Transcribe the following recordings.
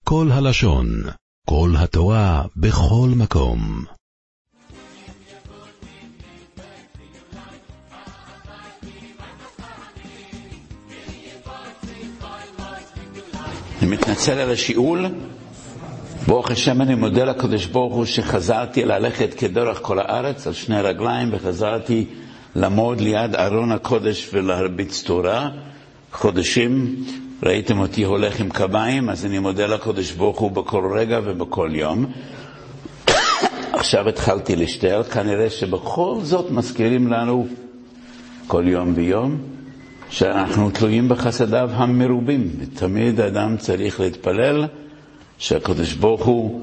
כל הלשון, כל התורה, בכל מקום. אני מתנצל על השיעול. ברוך השם, אני מודה לקדוש ברוך הוא שחזרתי ללכת כדרך כל הארץ על שני רגליים, וחזרתי לעמוד ליד ארון הקודש ולהרביץ תורה. חודשים ראיתם אותי הולך עם קביים, אז אני מודה לקדוש ברוך הוא בכל רגע ובכל יום. עכשיו התחלתי לשתל, כנראה שבכל זאת מזכירים לנו כל יום ויום שאנחנו תלויים בחסדיו המרובים, ותמיד האדם צריך להתפלל שהקדוש ברוך הוא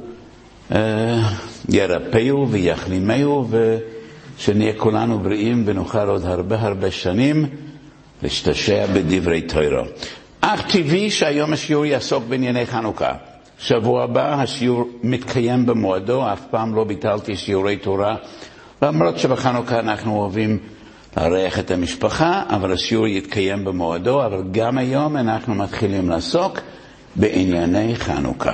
ירפאו ויחלימהו, ושנהיה כולנו בריאים ונוכל עוד הרבה שנים להשתשע בדברי תורה. אך טבעי שהיום השיעור יעסוק בענייני חנוכה. שבוע הבא השיעור מתקיים במועדו, אף פעם לא ביטלתי שיעורי תורה, למרות שבחנוכה אנחנו אוהבים לארח את המשפחה, אבל השיעור יתקיים במועדו. אבל גם היום אנחנו מתחילים לעסוק בענייני חנוכה.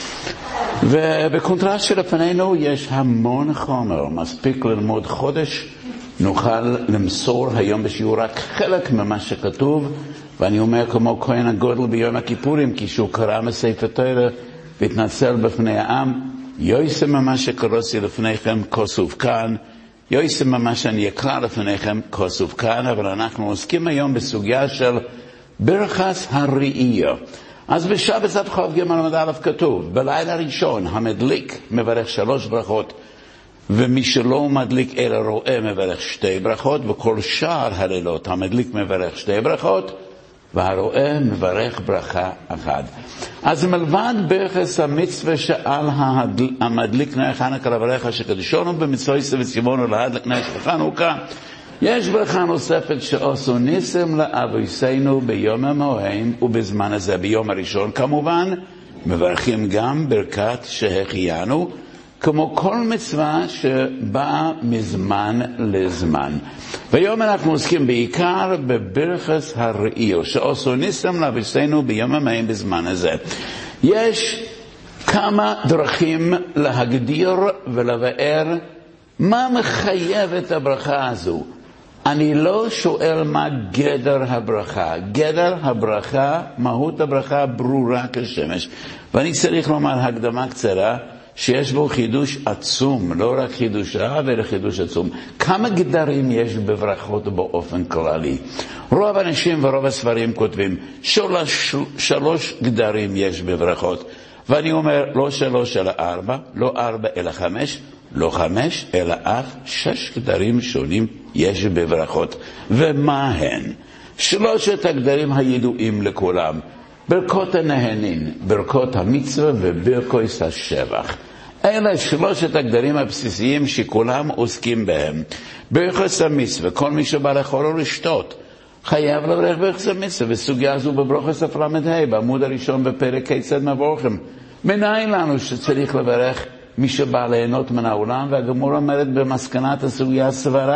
ובקונטרסט שלפנינו יש המון חומר, מספיק ללמוד חודש. נוכל למסור היום בשיעור רק חלק ממה שכתוב, ואני אומר כמו כהן הגודל ביום הכיפורים, כשהוא קרא מספר תורה והתנצל בפני העם, יויסם מה שקראתי לפניכם כוסוף כאן, יויסם מה שאני אקרא לפניכם כוסוף כאן. אבל אנחנו עוסקים היום בסוגיה של ברכת הראייה. אז בשבת כ"ג עמוד א' כתוב, בלילה הראשון המדליק מברך 3 ברכות, ומי שלא מדליק אלא רואה מברך 2 ברכות, וכל שאר הלילות המדליק מברך 2 ברכות, והרואה מברך ברכה אחת. אז מלבד ברכת המצווה שעל המדליק נר חנוכה לברך שקדשנו במצוות וציוונו להדליק נר חנוכה, יש ברכה נוספת שעשו ניסים לאבותינו ביום המועד ובזמן הזה. ביום הראשון כמובן מברכים גם ברכת שהחיינו, כמו כל מצווה שבאה מזמן לזמן. והיום אנחנו עוסקים בעיקר בברכת הראייה שעשו ניסים לאבותינו ביום המועד בזמן הזה. יש כמה דרכים להגדיר ולבאר מה מחייב את הברכה הזו. אני לא שואל מה גדר הברכה. גדר הברכה, מהות הברכה ברורה כשמש. ואני צריך לומר הקדמה קצרה שיש בו חידוש עצום, לא רק חידוש רב אלא חידוש עצום. כמה גדרים יש בברכות באופן כללי? רוב האנשים ורוב הספרים כותבים 3 גדרים יש בברכות, ואני אומר לא 3 אלא 4, לא 4 אלא 5, לא 5 אלא אף 6 גדרים שונים יש בברכות. ומה הן? 3 הגדרים הידועים לכולם: ברכות הנהנין, ברכות המצווה וברכות השבח. אלה 3 הגדרים הבסיסיים שכולם עוסקים בהם. ברכות המצווה, כל מי שבא לאכול או לשתות חייב לברך ברכות המצווה, וסוגיה זו בברכות הל"ה בעמוד הראשון בפרק כיצד מבורכים. מנין לנו שצריך לברך מי שבא ליהנות מן העולם? והגמרא אומרת במסקנת הסוגיה,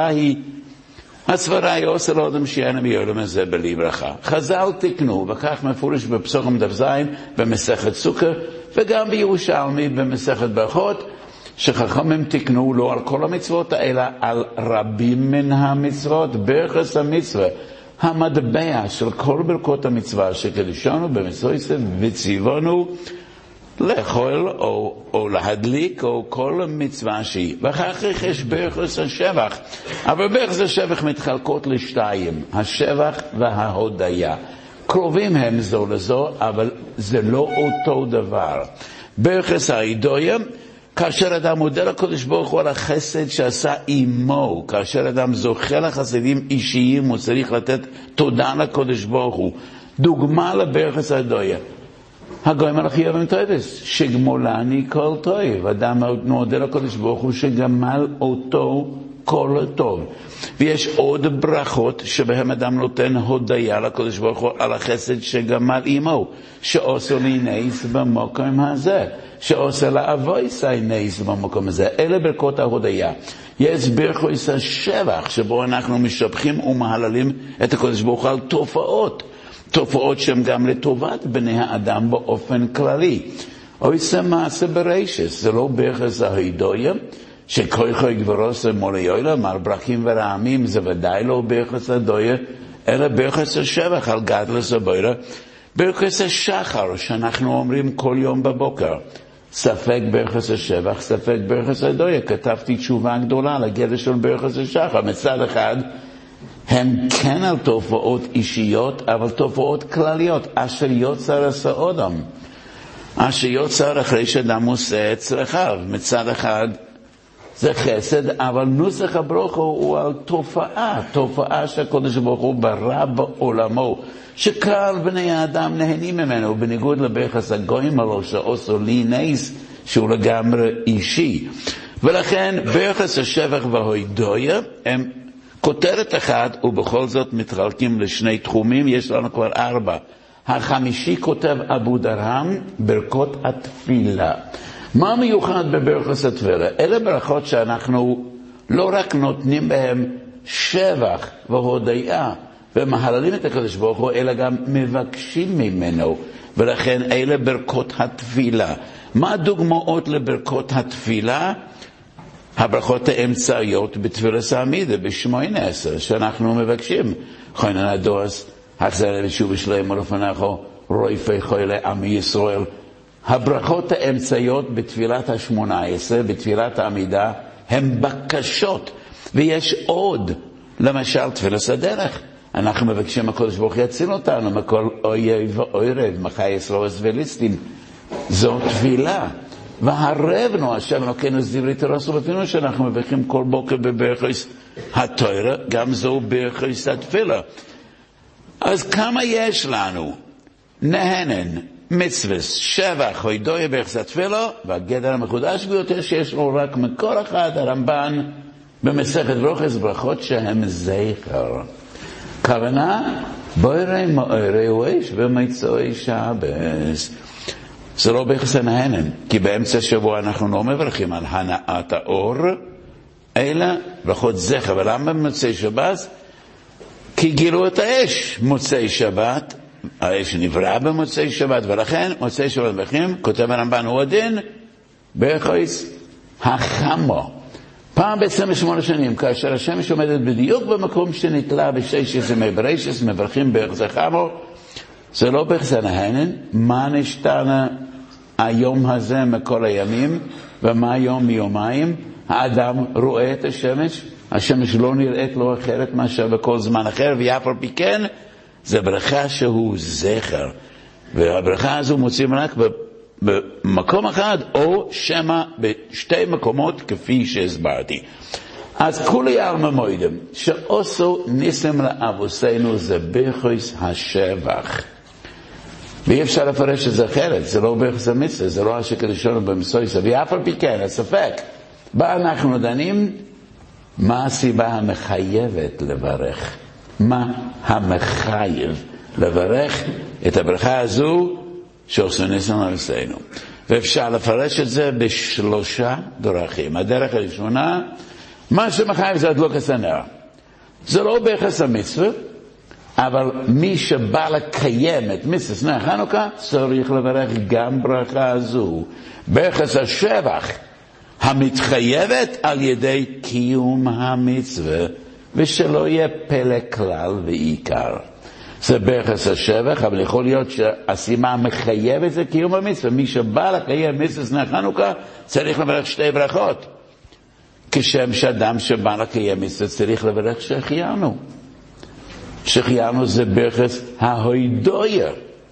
הסברה היא עושה לאדם שיהנה מיום הזה בלי ברכה. חז"ל תיקנו, וכך מפורש בפסוקים דף ז במסכת סוכה, וגם בירושלמי במסכת ברכות, שחכמים תיקנו לא על כל המצוות אלא על רבים מן המצוות. ברכת המצווה, המטבע של כל ברכות המצווה שקדשנו במצוות וציוונו לאכול או להדליק או כל מצווה שהיא. ואחר כך יש ברכות השבח, אבל ברכות השבח מתחלקות לשתיים, השבח וההודיה. קרובים הם זו לזו, אבל זה לא אותו דבר. ברכות ההודיה, כאשר אדם מודה לקדוש ברוך הוא על החסד שעשה עמו, כאשר אדם זוכה לחסדים אישיים, הוא צריך לתת תודה לקדוש ברוך הוא. דוגמה לברכות ההודיה, הגוי מלאכי אוהבים טויבס, שגמולני כל טוב. אדם מודה לקדוש ברוך הוא שגמל אותו כל טוב. ויש עוד ברכות שבהם אדם נותן הודיה לקדוש ברוך הוא על החסד שגמל עמו, שעושה לי נס במקום הזה, שעושה לאבויסי נס במקום הזה. אלה ברכות ההודיה. יש ברכות השבח שבו אנחנו משבחים ומהללים את הקדוש ברוך הוא על תופעות שהן גם לטובת בני האדם באופן כללי. עושה מעשה ברשס, זה לא ביחס ההידויה, שכויכו גברוס מוליולה, מר ברכים ורעמים, זה ודאי לא ביחס ההידויה, אלא ביחס השבח על גדלס הבירה, ביחס השחר, שאנחנו אומרים כל יום בבוקר. ספק ביחס השבח, ספק ביחס ההידויה. כתבתי תשובה גדולה לגדר של ביחס השחר. מצד אחד, הם כן על תופעות אישיות, אבל תופעות כלליות, אשר יוצר הסעודם. אשר יוצר אחרי שאדם עושה את צרכיו. מצד אחד, זה חסד, אבל נוסח הברוך הוא על תופעה שהקודש ברוך הוא ברא בעולמו, שכל בני האדם נהנים ממנו, בניגוד לביחס הגויים הלו שעושו לי נס, שהוא לגמרי אישי. ולכן ביחס השבח וההידויה הם כותרת אחת, ובכל זאת מתחלקים לשני תחומים, יש לנו כבר 4. החמישי כותב אבו דרהם, ברכות התפילה. מה מיוחד בברכות התפילה? אלה ברכות שאנחנו לא רק נותנים בהם שבח והודיה, ומהללים את הקדוש ברוך הוא, אלא גם מבקשים ממנו, ולכן אלה ברכות התפילה. מה הדוגמאות לברכות התפילה? הברכות האמצעיות בתפילת העמידה, ב18, שאנחנו מבקשים. חונן הדורס, החזר ושוב שלם ולפניך, רויפי חולי עמי ישראל. הברכות האמצעיות בתפילת ה18, בתפילת העמידה, הן בקשות, ויש עוד, למשל תפילת הדרך. אנחנו מבקשים הקדוש ברוך הוא יציל אותנו מכל אויב ואוירב, מחייס רועס וליסטים. זו תפילה. והרבנו, השם אלוקינו זיברי תרסו בפינו, שאנחנו מבכים כל בוקר בברכות התורה, גם זו ברכות התפילה. אז כמה יש לנו? נהנן, מצווה, שבח, הוידויה ברכות התפילה, והגדר המחודש ביותר שיש לו רק מכל אחד, הרמב"ן, במסכת ברכות שהם זכר. כוונה, בוירי מאורי וויש ומצוי שבס. זה לא ביחס הנהנן, כי באמצע שבוע אנחנו לא מברכים על הנעת האור, אלא ברכות זכר. ולמה במוצאי שבת? כי גילו את האש מוצאי שבת, האש נברא במוצאי שבת, ולכן מוצאי שבת מברכים, כותב הרמב"ן הוא הדין, ברכות החמו. פעם ב-28 שנים, כאשר השמש עומדת בדיוק במקום שנתלה ב-16 מברשס, מברכים ברכות החמו, זה לא ביחס הנהנן. מה נשתנה היום הזה מכל הימים, ומה יום מיומיים? האדם רואה את השמש, השמש לא נראית לו אחרת מאשר בכל זמן אחר, ואף על פי כן, זה ברכה שהוא זכר. והברכה הזו מוצאים רק במקום אחד, או שמה בשתי מקומות כפי שהסברתי. אז כולי עלמא מוידם, שעושו ניסם לאבוסינו זה ברכות השבח. ואי אפשר לפרש את זה אחרת, זה לא ברכות המצווה, זה לא אשר קדשנו במסויסה, ואף על פי כן, הספק. בה אנחנו דנים, מה הסיבה המחייבת לברך? מה המחייב לברך את הברכה הזו שעושו ניסם לאבוסינו? ואפשר לפרש את זה בשלושה דרכים. הדרך הראשונה, מה שמחייב זה הדלוקת הנר. זה לא ביחס המצווה, אבל מי שבא לקיים את מצוות נר חנוכה צריך לברך גם ברכה הזו. ביחס השבח המתחייבת על ידי קיום המצווה, ושלא יהיה פלא כלל ועיקר. זה ביחס השבח, אבל יכול להיות שהסיבה המחייבת זה קיום המצווה. מי שבא לקיים מצוות נר חנוכה צריך לברך שתי ברכות. כשם שאדם שבא לקיים מצוות צריך לברך שהחיינו. שהחיינו זה ברכת ההוידויה.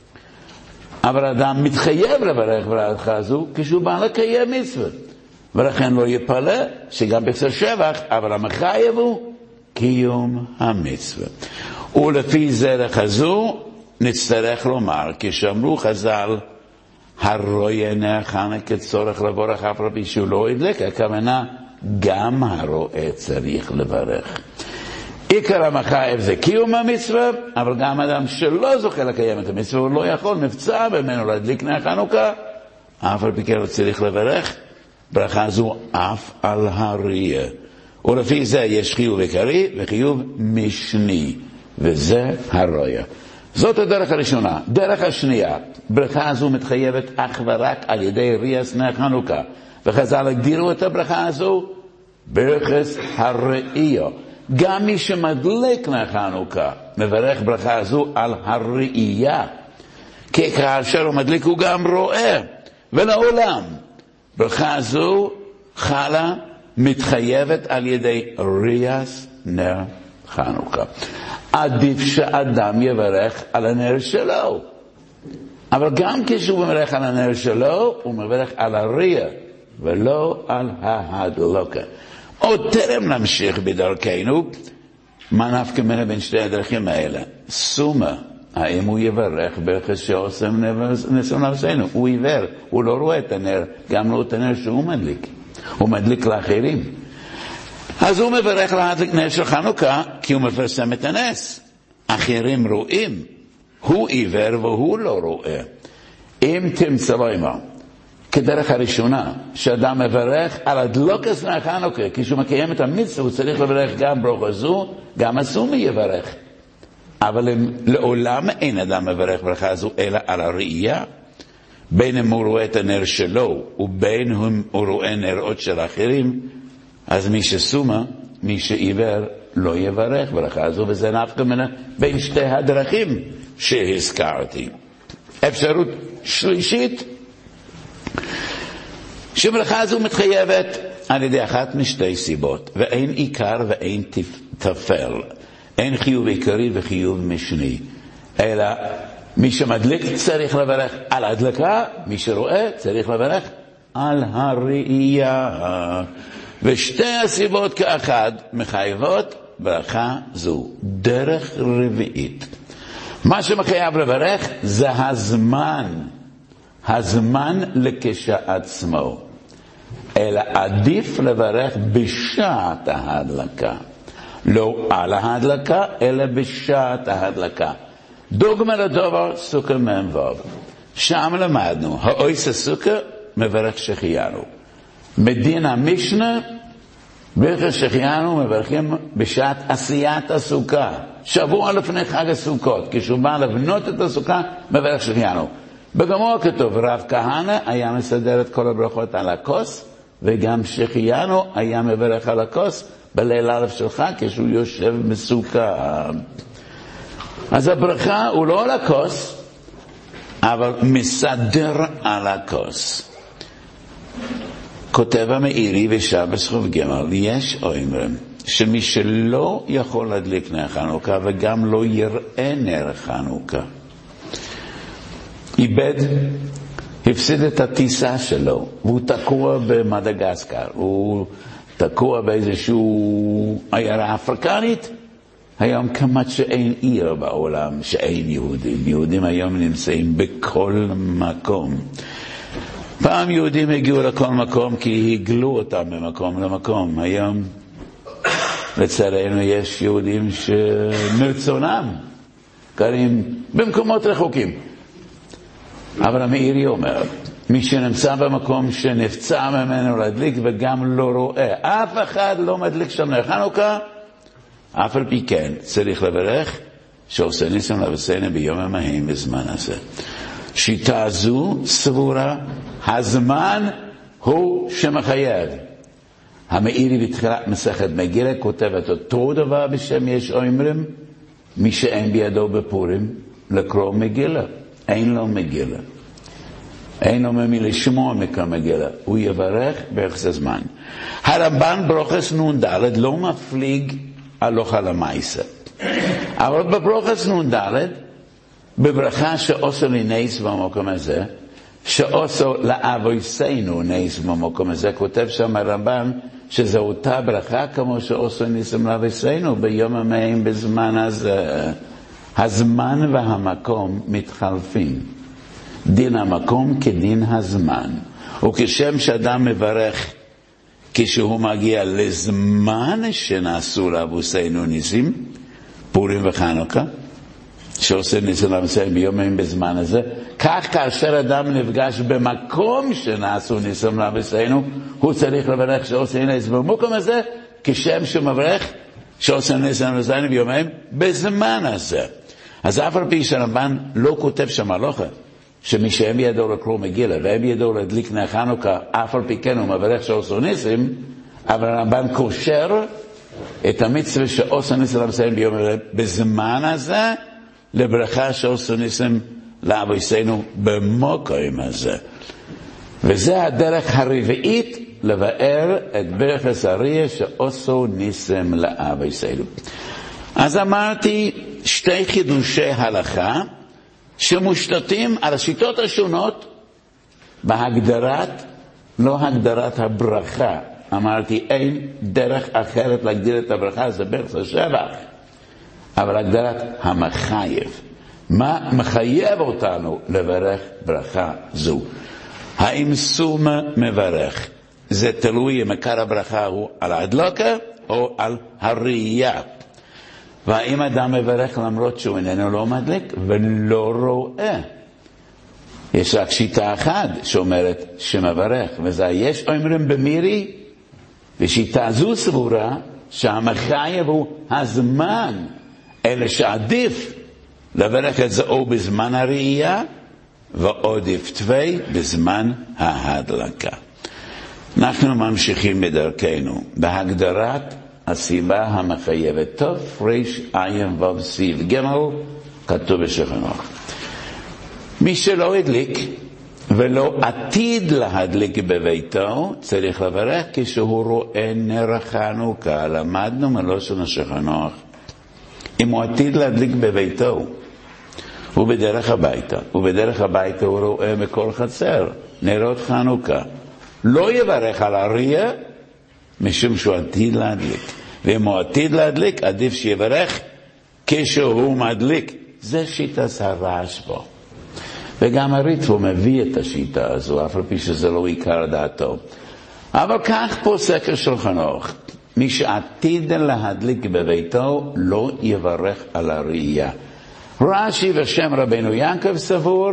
אבל אדם מתחייב לברך ברכה הזו כשהוא בא לקיים מצוות. ולכן לא יפלא שגם ביחס השבח, אבל המחייב הוא קיום המצווה. ולפי זרח הזו נצטרך לומר, כשאמרו חז"ל, הרואה נר חנוכה צורך לברך אף על פי שהוא לא הדליק, הכוונה גם הרואה צריך לברך. עיקר המחייב זה קיום המצווה, אבל גם אדם שלא זוכה לקיים את המצווה, הוא לא יכול, נבצע ממנו להדליק נר חנוכה, אף על פי כן צריך לברך ברכה זו אף על הראייה. ולפי זה יש חיוב עיקרי וחיוב משני, וזה הרויה. זאת הדרך הראשונה. דרך השנייה, ברכה הזו מתחייבת אך ורק על ידי ריאס נר חנוכה. וחז"ל הגדירו את הברכה הזו ברכס הראייה. גם מי שמדליק נר חנוכה מברך ברכה הזו על הראייה. כי כאשר הוא מדליק הוא גם רואה. ולעולם ברכה הזו חלה מתחייבת על ידי ריאס נר חנוכה. עדיף שאדם יברך על הנר שלו. אבל גם כשהוא מברך על הנר שלו, הוא מברך על הראייה, ולא על ההדלקה. עוד טרם נמשיך בדרכנו, מה נפקא מינה בין שתי הדרכים האלה? סומה, האם הוא יברך ברכס שעושה ניסים לאבותינו? הוא עיוור, הוא לא רואה את הנר, גם לא את הנר שהוא מדליק. הוא מדליק לאחרים. אז הוא מברך להדליק נר של חנוכה, כי הוא מפרסם את הנס. אחרים רואים, הוא עיוור והוא לא רואה. אם תמצא לו עמה, כדרך הראשונה, שאדם מברך על הדלוקת נר חנוכה, כשהוא מקיים את המצווה, הוא צריך לברך גם ברכה זו, גם הסומי יברך. אבל לעולם אין אדם מברך ברכה זו, אלא על הראייה. בין אם הוא רואה את הנר שלו, ובין אם הוא רואה נרות של אחרים, אז מי שסומה, מי שעיוור, לא יברך ברכה זו, וזה נפקא מינה בין שתי הדרכים שהזכרתי. אפשרות שלישית, שברכה זו מתחייבת על ידי אחת משתי סיבות, ואין עיקר ואין תפל. אין חיוב עיקרי וחיוב משני, אלא מי שמדליק צריך לברך על הדלקה, מי שרואה צריך לברך על הראייה. ושתי הסיבות כאחד מחייבות ברכה זו. דרך רביעית, מה שמחייב לברך זה הזמן לכשעצמו, אלא עדיף לברך בשעת ההדלקה, לא על ההדלקה אלא בשעת ההדלקה. דוגמה לדבר סוכה מ"ו, שם למדנו האויס הסוכה מברך שהחיינו. מדין המשנה ברכס שהחיינו מברכים בשעת עשיית הסוכה, שבוע לפני חג הסוכות, כשהוא בא לבנות את הסוכה מברך שהחיינו. בגמרא כתוב רב כהנא היה מסדר את כל הברכות על הכוס, וגם שהחיינו היה מברך על הכוס בליל א' שלך כשהוא יושב בסוכה. אז הברכה הוא לא על הכוס, אבל מסדר על הכוס. כותב המאירי בשבס חוב גמל, יש אומרים שמי שלא יכול להדליק נר חנוכה וגם לא יראה נר חנוכה, הפסיד את הטיסה שלו, והוא תקוע במדגסקר, הוא תקוע באיזשהו עיירה אפריקנית. היום כמעט שאין עיר בעולם שאין יהודים. יהודים היום נמצאים בכל מקום. פעם יהודים הגיעו לכל מקום כי הגלו אותם ממקום למקום. היום לצערנו יש יהודים שמרצונם גרים במקומות רחוקים. אבל המאירי אומר, מי שנמצא במקום שנפצע ממנו להדליק וגם לא רואה, אף אחד לא מדליק שם נר חנוכה, אף על פי כן צריך לברך שעושה ניסים לאבותינו ביום ההם בזמן הזה. שיטה זו סבורה, הזמן הוא שמחייב. המאירי בתחילת מסכת מגילה כותב את אותו דבר בשם יש אומרים, מי שאין בידו בפורים לקרוא מגילה, אין לו מגילה, אין לו ממי לשמוע מקרא מגילה, הוא יברך ביחס הזמן. הרמב"ן ברוכס נ"ד לא מפליג הלכה למעשה, אבל בברוכס נ"ד בברכה שעושה לי נס במקום הזה, שעושה לאבותינו נס במקום הזה, כותב שם הרמב"ן שזו אותה ברכה כמו שעושה ניסים לאבותינו ביום ההם בזמן הזה. הזמן והמקום מתחלפים, דין המקום כדין הזמן. וכשם שאדם מברך כשהוא מגיע לזמן שנעשו לאבותינו ניסים, פורים וחנוכה, שעושה ניסים לאבותינו ביום ההם בזמן הזה, כך כאשר אדם נפגש במקום שנעשו ניסים לאבותינו, הוא צריך לברך שעושה ניסים במקום הזה, כשם שהוא מברך שעושה ניסים לאבותינו ביום ההם בזמן הזה. אז אף על פי שהרמב"ן לא כותב שם הלכה, שמי שהם ידעו לקרוא מגילה, והם ידעו להדליק נר חנוכה, אף על פי כן הוא מברך שעושו ניסים, אבל הרמב"ן קושר את המצווה שעושו ניסים למסיים ביום בזמן הזה, לברכה שעושו ניסים לאבויסנו במוקרים הזה. וזה הדרך הרביעית לבאר את ברכת אריה שעושו ניסים לאבויסנו. אז אמרתי שתי חידושי הלכה שמושתתים על השיטות השונות בהגדרת, לא הגדרת הברכה. אמרתי אין דרך אחרת להגדיר את הברכה, זה ברכת השבח, אבל הגדרת המחייב. מה מחייב אותנו לברך ברכה זו? האם סום מברך? זה תלוי אם עיקר הברכה הוא על ההדלקה או על הראייה. והאם אדם מברך למרות שהוא איננו לא מדליק ולא רואה? יש רק שיטה אחת שאומרת שמברך, וזה יש אומרים במירי, ושיטה זו סבורה שהמחייב הוא הזמן, אלא שעדיף לברך את זה או בזמן הראייה ועודף תווי בזמן ההדלקה. אנחנו ממשיכים בדרכנו בהגדרת הסיבה המחייבת. תוף ריש עין וו סיב גמל, כתוב בשולחן ערוך. מי שלא הדליק ולא עתיד להדליק בביתו צריך לברך כשהוא רואה נר חנוכה. למדנו מלושן השולחן ערוך, אם הוא עתיד להדליק בביתו הוא בדרך הביתה, ובדרך הביתה הוא רואה מכל חצר נרות חנוכה, לא יברך על הרייה משום שהוא עתיד להדליק. ואם הוא עתיד להדליק עדיף שיברך כשהוא מדליק. זה שיטה הרשב"א, וגם הריטב"א מביא את השיטה הזו, אף על פי שזה לא עיקר דעתו. אבל כך פוסק השולחן ערוך, מי שעתיד להדליק בביתו לא יברך על הראייה. רש"י ושם רבנו יעקב סבור,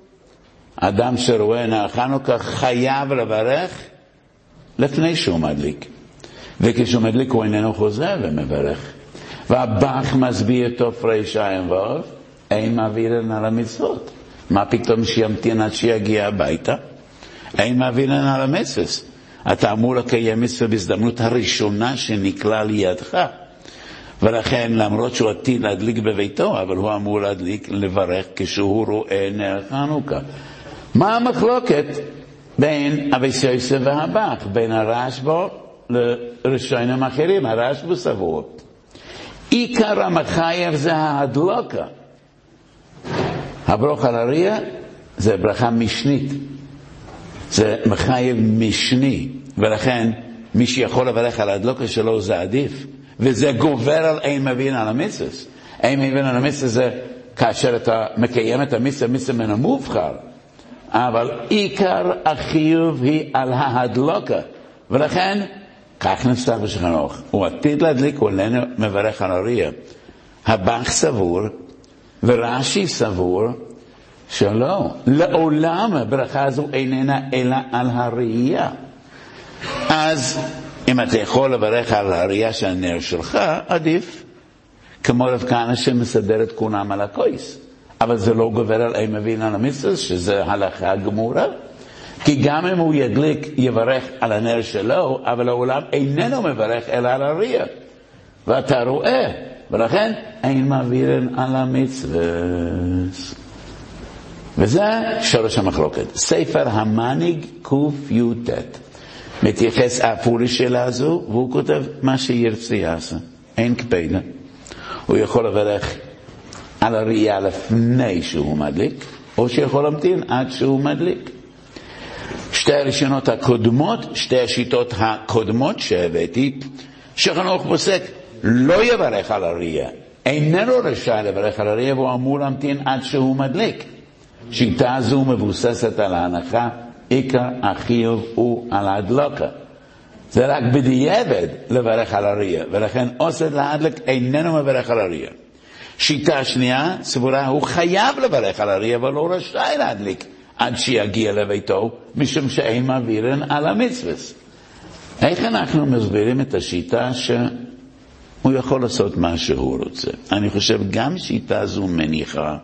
אדם שרואה נר חנוכה חייב לברך לפני שהוא מדליק, וכשהוא מדליק הוא איננו חוזר ומברך. והבח מסביר תוף ריש עין וו, אין מעבירן על המצוות. מה פתאום שימתין עד שיגיע הביתה? אין מעבירן על המצוות. אתה אמור לקיים מצווה בהזדמנות הראשונה שנקלה לידך, ולכן למרות שהוא עתיד להדליק בביתו, אבל הוא אמור להדליק לברך כשהוא רואה נר חנוכה. מה המחלוקת בין אבי יוסף והבח, בין הרשב"א לראשונים אחרים? הרשב"א סבור עיקר המחייב זה ההדלקה. הברכה על הראייה זה ברכה משנית, זה מחייב משני, ולכן מי שיכול לברך על ההדלקה שלו זה עדיף, וזה גובר על אין מבין על המצווה. אין מבין על המצווה זה כאשר אתה מקיים את המצווה, מצווה מן המובחר, אבל עיקר החיוב היא על ההדלקה, ולכן כך נפסק בשולחן ערוך, הוא עתיד להדליק, הוא איננו מברך על הראייה. הבח סבור ורש"י סבור שלא, לעולם הברכה הזו איננה אלא על הראייה. אז אם אתה יכול לברך על הראייה של הנר שלך, עדיף, כמו רב כהנא שמסדר את כולם על הכויס. אבל זה לא גובר על אין מבין על המצווה, שזה הלכה גמורה. כי גם אם הוא ידליק, יברך על הנר שלו, אבל העולם איננו מברך אלא על הראייה. ואתה רואה, ולכן אין מעבירן על המצווה. וזה שורש המחלוקת. ספר המנהיג קי"ט מתייחס אפורי שלה הזו, והוא כותב מה שירצה יעשה, אין קפלה. הוא יכול לברך על הראייה לפני שהוא מדליק, או שיכול להמתין עד שהוא מדליק. שתי הראשונות הקודמות, שתי השיטות הקודמות שהבאתי, שולחן ערוך פוסק לא יברך על הראייה, איננו רשאי לברך על הראייה, והוא אמור להמתין עד שהוא מדליק. שיטה זו מבוססת על ההנחה עיקר החיוב הוא על ההדלקה. זה רק בדיעבד לברך על הראייה, ולכן עושה להדלק איננו מברך על הראייה. שיטה שנייה סבורה הוא חייב לברך על הראייה, אבל לא רשאי להדליק עד שיגיע לביתו, משום שאין מעבירן על המצווה. איך אנחנו מסבירים את השיטה הוא יכול לעשות מה שהוא רוצה. אני חושב גם שיטה זו מניחה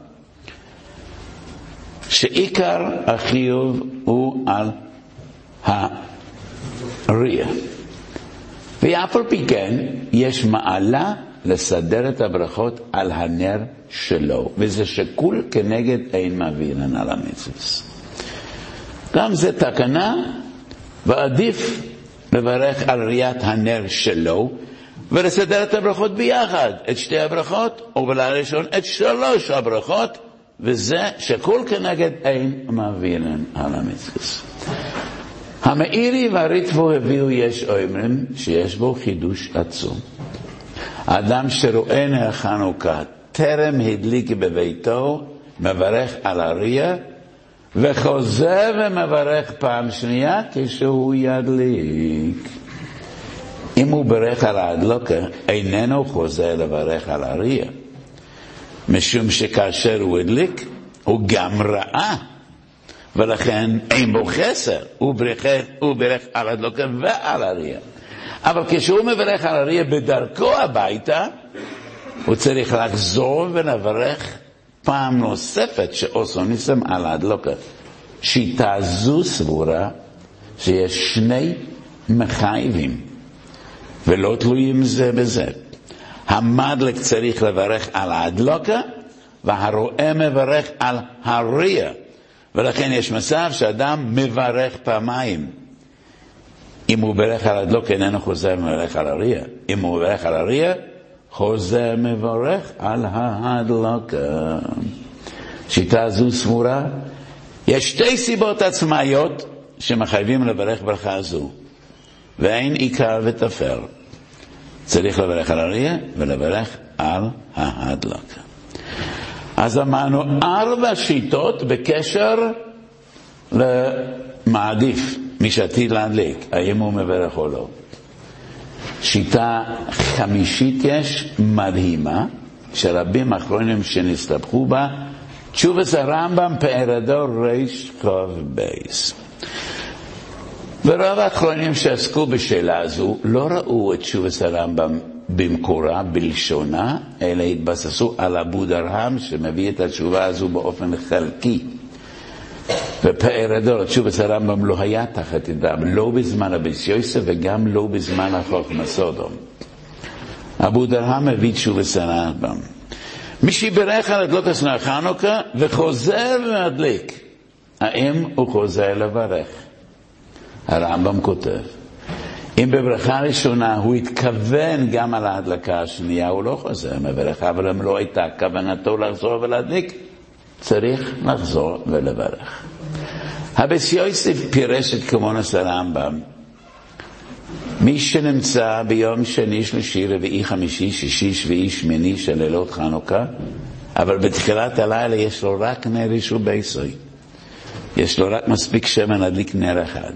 שעיקר החיוב הוא על הריאה. ואף על פי כן יש מעלה לסדר את הברכות על הנר שלו, וזה שקול כנגד אין מעבירן על המצווה. גם זה תקנה, ועדיף לברך על ראיית הנר שלו ולסדר את הברכות ביחד, את שתי הברכות, ובלראשון את 3 הברכות, וזה שקול כנגד אין מעבירן על המצווה. המאירי והריטבו הביאו יש אומרים שיש בו חידוש עצום. האדם שרואה נר חנוכה טרם הדליק בביתו מברך על הריאה, וחוזר ומברך פעם שנייה כשהוא ידליק. אם הוא ברך על ההדלוקה איננו חוזר לברך על הריאה, משום שכאשר הוא הדליק הוא גם ראה, ולכן אין בו חסר. הוא ברך על ההדלוקה ועל הריאה. אבל כשהוא מברך על הריאה בדרכו הביתה, הוא צריך לחזור ולברך פעם נוספת שעושו ניסם על ההדלוקה. שיטה זו סבורה שיש 2 מחייבים ולא תלויים זה בזה. המדלק צריך לברך על ההדלוקה, והרואה מברך על הריאה, ולכן יש מצב שאדם מברך פעמיים. אם הוא ברך על ההדלוקה איננו חוזר מברך על הריאה. אם הוא מברך על הריאה חוזר מברך על ההדלוקה. שיטה זו סבורה יש 2 סיבות עצמאיות שמחייבים לברך ברכה זו, ואין עיקר ותפר. צריך לברך על הריאה ולברך על ההדלוקה. אז אמרנו 4 שיטות בקשר למעדיף מי שעתיד להדליק, האם הוא מברך או לא. שיטה חמישית יש מדהימה שרבים אחרונים שנסתבכו בה, תשובת הרמב"ם פארדו ריש חוב בייס. ורוב האחרונים שעסקו בשאלה הזו לא ראו את תשובת הרמב"ם במקורה, בלשונה, אלא התבססו על אבו דרהם שמביא את התשובה הזו באופן חלקי. ופארדו, תשובת הרמב"ם לא היה תחת ידם, לא בזמן הביס יוסף וגם לא בזמן החוכמה סודום. אבו דרהם מביא תשובת הרמב"ם. מי שברך על הדלוקת נר חנוכה וחוזר להדליק, האם הוא חוזר לברך? הרמב"ם כותב, אם בברכה ראשונה הוא התכוון גם על ההדלקה השנייה, הוא לא חוזר מברך, אבל אם לא הייתה כוונתו לחזור ולהדליק, צריך לחזור ולברך. הביס יוסף פירש את כמונס הרמב"ם. מי שנמצא ביום שני, שלישי, רביעי, חמישי, שישי, שביעי, שמיני של לילות חנוכה, אבל בתחילת הלילה יש לו רק נר רישו ביסוי, יש לו רק מספיק שמן להדליק נר אחד,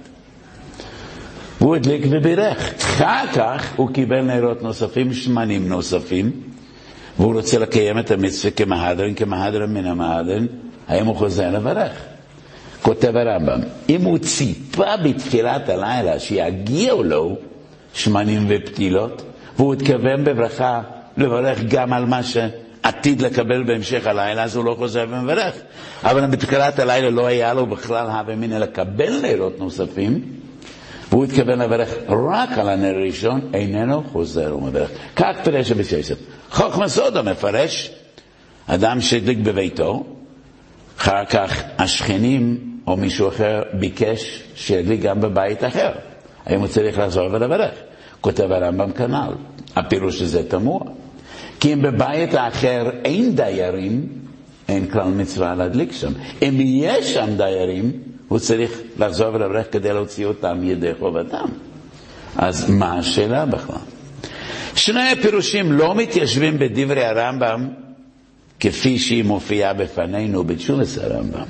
והוא הדליק ובירך. אחר כך הוא קיבל נרות נוספים, שמנים נוספים, והוא רוצה לקיים את המצווה כמהדרין מן המהדרין, האם הוא חוזר לברך? כותב הרמב"ם, אם הוא ציפה בתחילת הלילה שיגיעו לו שמנים ופתילות, והוא התכוון בברכה לברך גם על מה שעתיד לקבל בהמשך הלילה, אז הוא לא חוזר ומברך. אבל בתחילת הלילה לא היה לו בכלל הווה מינא לקבל נרות נוספים, והוא התכוון לברך רק על הנר ראשון, איננו חוזר ומברך. כך פירש הביס יוסף. חוכמה סודום מפרש, אדם שהדליק בביתו, אחר כך השכנים או מישהו אחר ביקש שידליק גם בבית אחר, האם הוא צריך לחזור ולברך? כותב הרמב"ם כנ"ל. הפירוש הזה תמוה, כי אם בבית האחר אין דיירים, אין כלל מצווה להדליק שם. אם יש שם דיירים, הוא צריך לחזור ולברך כדי להוציא אותם ידי חובתם. אז מה השאלה בכלל? 2 הפירושים לא מתיישבים בדברי הרמב"ם כפי שהיא מופיעה בפנינו בתשובת הרמב"ם,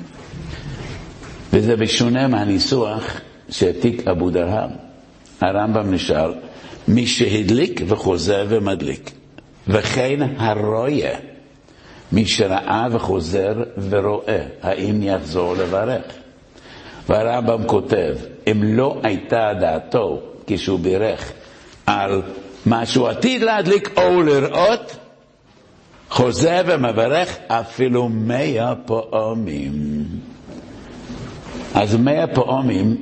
וזה בשונה מהניסוח שהעתיק אבו דרהם. הרמב"ם נשאל, מי שהדליק וחוזר ומדליק, וכן הרואה, מי שראה וחוזר ורואה, האם יחזור לברך? והרמב"ם כותב, אם לא הייתה דעתו כשהוא בירך על מה שהוא עתיד להדליק או לראות, חוזר ומברך אפילו 100 פעמים. אז 100 פעמים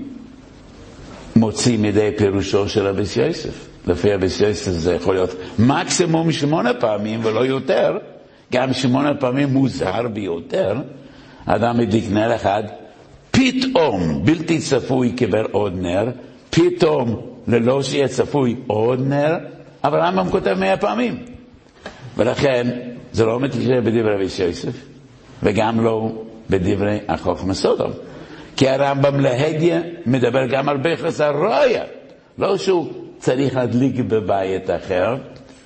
מוציא מדי פירושו של רבי יוסף. לפי רבי יוסף זה יכול להיות מקסימום 8 פעמים ולא יותר. גם 8 פעמים מוזר ביותר. אדם מדליק נר אחד, פתאום בלתי צפוי קיבל עוד נר, פתאום ללא שיהיה צפוי עוד נר, אבל הרמב"ם כותב 100 פעמים. ולכן זה לא מתקשר בדברי רבי יוסף, וגם לא בדברי החוכמה סודום. כי הרמב"ם להגיה מדבר גם על ביחס הרויה, לא שהוא צריך להדליק בבית אחר.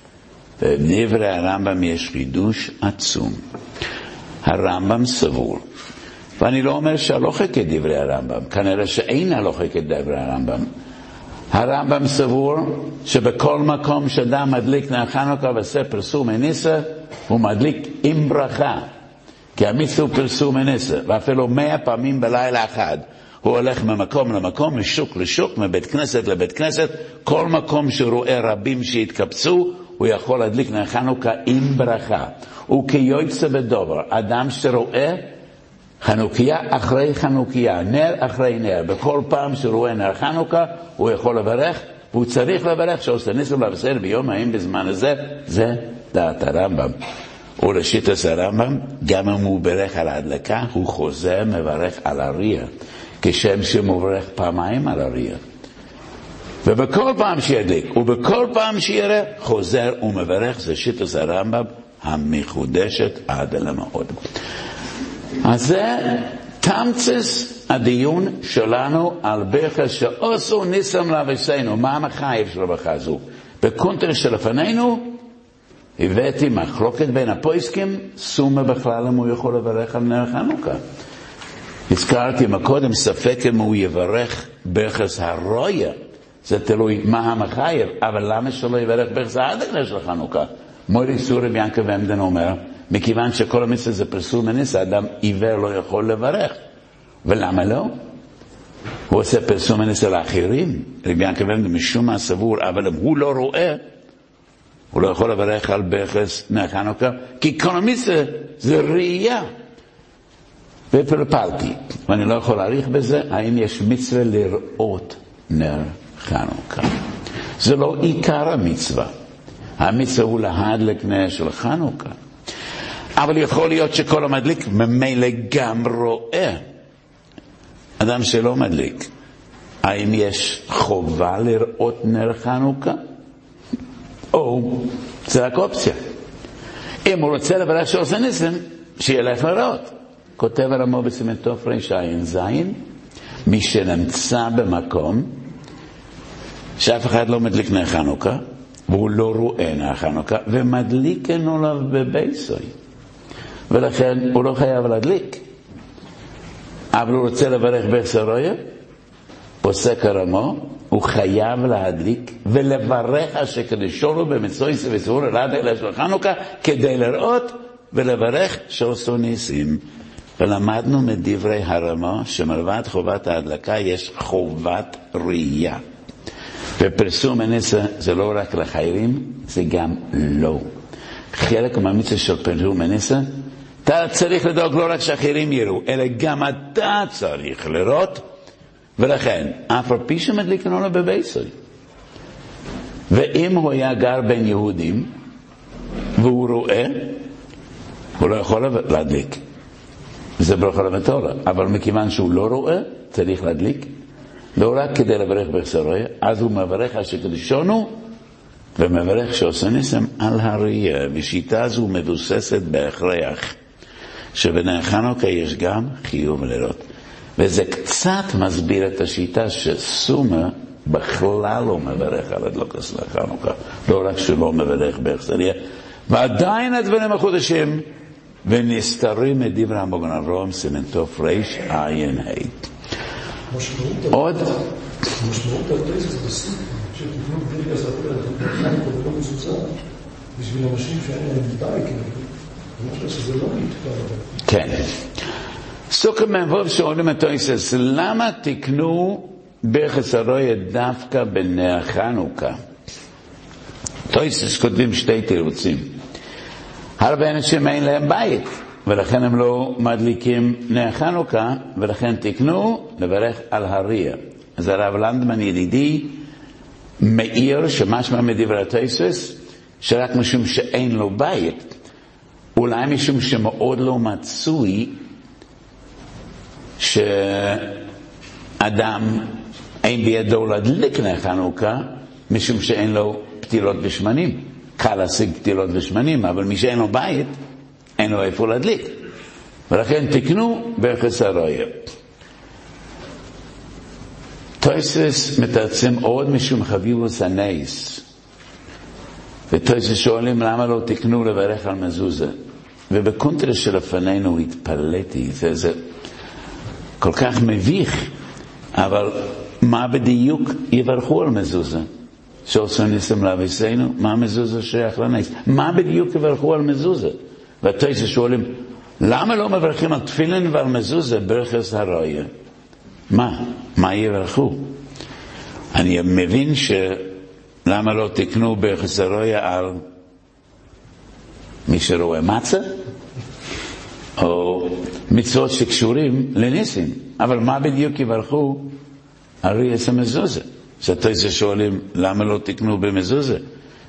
בדברי הרמב"ם יש חידוש עצום. הרמב"ם סבור, ואני לא אומר שהלוכה כדברי הרמב"ם, כנראה שאין הלוכה כדברי הרמב"ם. הרמב"ם סבור שבכל מקום שאדם מדליק נר חנוכה ועושה פרסום מניסה, הוא מדליק עם ברכה, כי המצווה הוא פרסום מניסה, ואפילו 100 פעמים בלילה אחד. הוא הולך ממקום למקום, משוק לשוק, מבית כנסת לבית כנסת, כל מקום שרואה רבים שהתקבצו, הוא יכול להדליק נר חנוכה עם ברכה. וכיוצא בדבר, אדם שרואה חנוכיה אחרי חנוכיה, נר אחרי נר, בכל פעם שרואה נר חנוכה, הוא יכול לברך, והוא צריך לברך, שעושה ניסים לבשר ביום ההם בזמן הזה, זה דעת הרמב"ם. ולשיטת הרמב"ם, גם אם הוא ברך על ההדלקה, הוא חוזר מברך על הריע, כשם שמוברך פעמיים על הריע. ובכל פעם שידליק, ובכל פעם שיראה, חוזר ומברך, זה שיטת הרמב"ם המחודשת עד למאוד. אז זה תמצס הדיון שלנו על ביחס שעשו ניסים לאבותינו. מה המחייב של הברכה הזו? בקונטר שלפנינו הבאתי מחלוקת בין הפוסקים, סומה בכלל אם הוא יכול לברך על נר חנוכה. הזכרתי מקודם ספק אם הוא יברך ביחס הרויה, זה תלוי מה המחייב, אבל למה שלא יברך ביחס ההדלקה של חנוכה? מורי סורי ביאנקה ועמדן אומר, מכיוון שכל המצווה זה פרסום מניסה, אדם עיוור לא יכול לברך. ולמה לא? הוא עושה פרסום מניסה לאחרים. רבי ינקה ועמדן משום מה סבור, אבל אם הוא לא רואה, הוא לא יכול לברך על ביחס נר חנוכה, כי כל המצווה זה ראייה. ופלפלתי, ואני לא יכול להעריך בזה, האם יש מצווה לראות נר חנוכה. זה לא עיקר המצווה. המצווה הוא להדליק נר של חנוכה. אבל יכול להיות שכל המדליק ממילא גם רואה. אדם שלא מדליק, האם יש חובה לראות נר חנוכה? או זה רק אופציה. אם הוא רוצה לברך שעושה ניסים, שילך לראות. כותב הרמב"ם בסימן תרע"ז, מי שנמצא במקום שאף אחד לא מדליק נר חנוכה, והוא לא רואה נר חנוכה, ומדליק עליו בביתו, ולכן הוא לא חייב להדליק. אבל הוא רוצה לברך בהסרויה, פוסק הרמב"ם, הוא חייב להדליק ולברך שקדשו לו במצוות וסעור להדליק של חנוכה, כדי לראות ולברך שעשו ניסים. ולמדנו מדברי הרמב"ם שמלבד חובת ההדלקה יש חובת ראייה. ופרסום מניסה זה לא רק לחיילים, זה גם לא. חלק מהמצווה של פרסום מניסה, אתה צריך לדאוג לא רק שאחרים יראו, אלא גם אתה צריך לראות, ולכן, אף על פי שמדליק לנו בביתו. ואם הוא היה גר בין יהודים, והוא רואה, הוא לא יכול להדליק. זה ברכה למטורה. אבל מכיוון שהוא לא רואה, צריך להדליק. לא רק כדי לברך בהסרויה, אז הוא מברך שקדשנו, ומברך שעושה ניסים על הראייה. ושיטה הזו מבוססת בהכרח, שבנר חנוכה יש גם חיוב לראות. וזה קצת מסביר את השיטה שסומה בכלל לא מברך על הדלקת נר חנוכה. לא רק שלא מברך בהסרויה, ועדיין הדברים החודשים, ונסתרים את דברי המגן אברהם סימן תרע"ה. עוד? המשמעות התזה זה בסוף, שתקנו בלי לספר את חנוכה וכל מסוצה, בשביל אנשים שאין להם די, אני חושב שזה לא נתקע. כן. סוכר מהבוב שאולים את תויסס, למה תקנו בחסרויה דווקא בנר חנוכה? תוספות כותבים שתי תירוצים. הרבה אנשים אין להם בית, ולכן הם לא מדליקים נר חנוכה, ולכן תקנו לברך על הריה. אז הרב לנדמן ידידי מאיר שמשמע מדברי התוספות, שרק משום שאין לו בית, אולי משום שמאוד לא מצוי, שאדם אין בידו להדליק נר חנוכה, משום שאין לו פתילות ושמנים. קל להשיג פתילות ושמנים, אבל מי שאין לו בית, אין לו איפה להדליק. ולכן תקנו ברכס הרויה. תוספות מתרצים עוד משום חביבוס הנס. ותוספות שואלים למה לא תקנו לברך על מזוזה. ובקונטרס שלפנינו התפלאתי, זה כל כך מביך, אבל מה בדיוק יברכו על מזוזה? שעושה ניסם לאביסנו, מה מזוזה שייך לנס? מה בדיוק יברכו על מזוזה? והתוספות שואלים, למה לא מברכים על תפילין ועל מזוזה ברכס הרויה? מה יברכו? אני מבין למה לא תקנו ברכס הרויה על מי שרואה מצה? או מצוות שקשורים לניסים. אבל מה בדיוק יברכו על ריאס המזוזה? שהתוספות שואלים, למה לא תקנו במזוזה?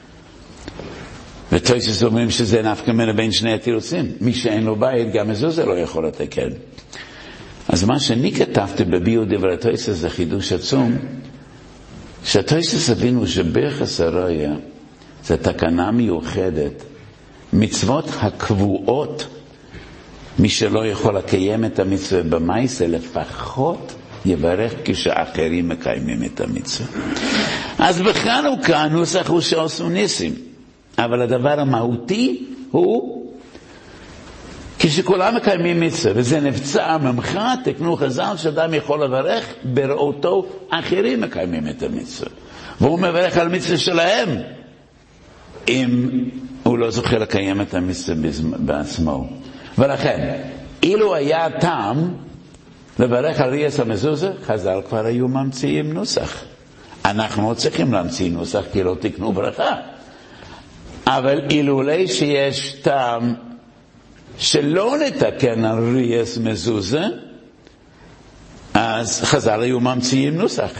ותוספות אומרים שזה נפקא מינה בין שני התירוצים. מי שאין לו בית, גם מזוזה לא יכול לתקן. אז מה שאני כתבתי בביאור דברי התוספות זה חידוש עצום, שהתוספות הבינו שברכס הרויה זה תקנה מיוחדת, מצוות הקבועות, מי שלא יכול לקיים את המצווה במעשה, לפחות יברך כשאחרים מקיימים את המצווה. אז בחנוכה הנוסח הוא שעשו ניסים, אבל הדבר המהותי הוא כשכולם מקיימים מצווה, וזה נבצע ממך, תקנו חז"ל שאדם יכול לברך בראותו אחרים מקיימים את המצווה, והוא מברך על מצווה שלהם אם הוא לא זוכה לקיים את המצווה בעצמו. ולכן אילו היה טעם לברך על ריאס המזוזה, חז"ל כבר היו ממציאים נוסח. אנחנו לא צריכים להמציא נוסח כי לא תקנו ברכה, אבל אילולי שיש טעם שלא נתקן על ריאס מזוזה, אז חז"ל היו ממציאים נוסח.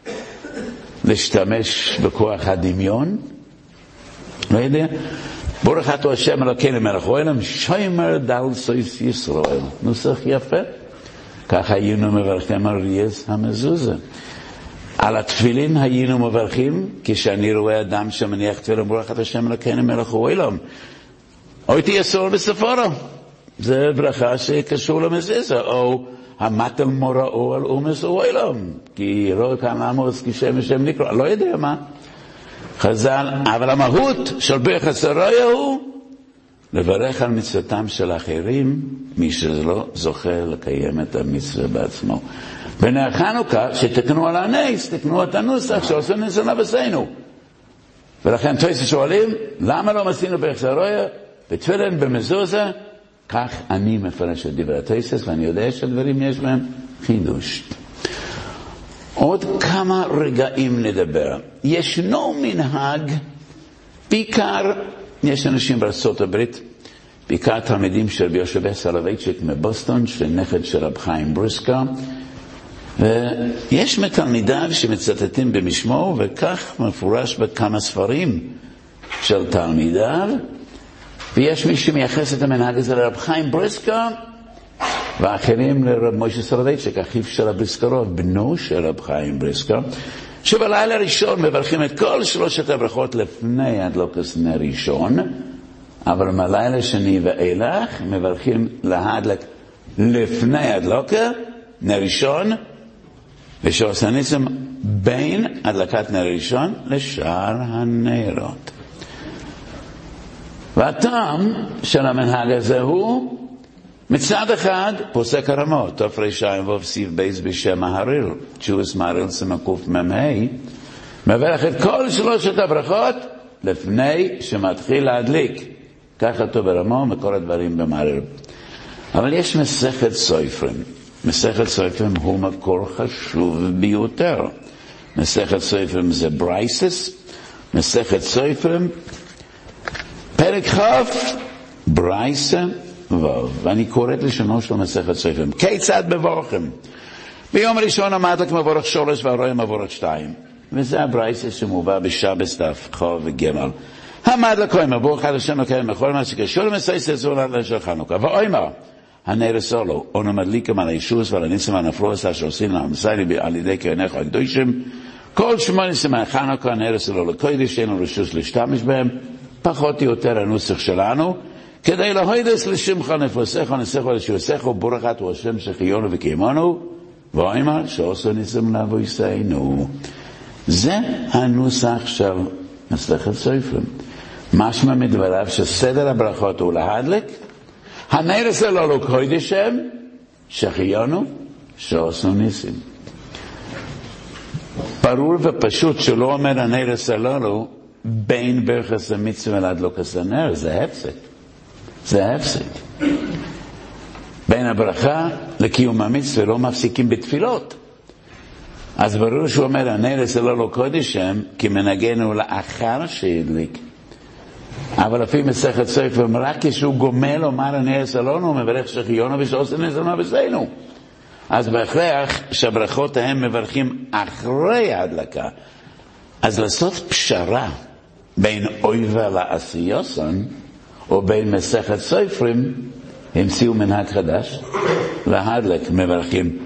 להשתמש בכוח הדמיון, לא יודע, ברוך אתה השם אלוקינו מלך העולם, שומר דל סוס ישראל. נוסח יפה. ככה היינו מברכים על ריאס המזוזה. על התפילין היינו מברכים, כשאני רואה אדם שמניח תפילין, ברוך אתה השם אלוקינו מלך העולם, או תייסור בספרו. זה ברכה שקשור למזוזה. או המטל מוראו על אומס העולם, כי רואה כאן עמוס כשם השם נקרא, לא יודע מה. חז"ל, אבל המהות של ברכס הרויה הוא לברך על מצוותם של אחרים, מי שלא זוכה לקיים את המצווה בעצמו. בנר חנוכה, שתקנו על הנס, תקנו את הנוסח שעושה ניסן לבסנו. ולכן תוספות שואלים, למה לא עשינו ברכס הרויה בתפילין במזוזה? כך אני מפרש את דברי התוספות, ואני יודע שהדברים יש בהם חידוש. עוד כמה רגעים נדבר. ישנו מנהג, בעיקר, יש אנשים בארצות הברית, בעיקר תלמידים של רבי יהושע סולובייצ'יק מבוסטון, שנכד של רב חיים בריסקר, ויש מתלמידיו שמצטטים במשמו, וכך מפורש בכמה ספרים של תלמידיו, ויש מי שמייחס את המנהג הזה לרב חיים בריסקר, ואחרים לרב משה סולובייצ'יק, אחיו של רב בריסקרוב, בנו של רב חיים בריסקר, שבלילה ראשון מברכים את כל שלושת הברכות לפני הדלוקת נר ראשון, אבל בלילה שני ואילך מברכים להדלק לפני הדלוקת נר ראשון, ושעושה ניסים בין הדלקת נר ראשון לשאר הנרות. והטעם של המנהג הזה הוא, מצד אחד פוסק הרמות, תר"ש סיף בייס בשם ההריל, תשוס מהריל סמקוף ממהי, מברך את כל שלושת הברכות לפני שמתחיל להדליק. ככה טוב ברמו מכל הדברים במהריל. אבל יש מסכת סופרים. מסכת סופרים הוא מקור חשוב ביותר. מסכת סופרים זה ברייסס, מסכת סופרים, פרק כ' ברייסה ו', ואני קוראת לשונו של מסכת סופרים. כיצד מבורכם? ביום הראשון המדלק מבורך שורש והרועה מבורך 2. וזה הברייסה שמובא בשבס דף כ' וג'. המדלק כהן מבורך על השם לקיים בכל מה שקשור למסייסת זו של חנוכה. ואומר, הנר סולו, אנו מדליקים על הישוס ועל הניסים והנפלוס אשר עושים למסיילי על ידי כהניך הקדושים, כל 8 סימן חנוכה, הנר סולו לקודש, אין לנו רשוס להשתמש בהם, פחות או יותר הנוסח שלנו, כדי להוידס לשמך נפלוסך ונסיך ולשיוסך ובורכת הוא השם שחיינו וקיימנו, ואומר שעושו ניסים לבויסנו. זה הנוסח של מסכת סופרים. משמע מדבריו שסדר הברכות הוא להדלק, הנר סולו לקודשם, שחיינו, שעושו ניסים. ברור ופשוט שלא אומר הנר סולו בין ברכס המצווה להדלוקת הנר, זה הפסק. זה הפסק. בין הברכה לקיום המצווה לא מפסיקים בתפילות. אז ברור שהוא אומר הנר סולו לקודשם כי מנגנו לאחר שהדליק. אבל לפי מסכת סופרים רק כשהוא גומל אומר הנר סולו הוא מברך שחיינו ושעושו ניסים לבויסנו. אז בהכרח שהברכות הם מברכים אחרי ההדלקה. אז לעשות פשרה בין אויבה לעשיוסון או בין מסכת סופרים המציאו מנהג חדש. להדלק מברכים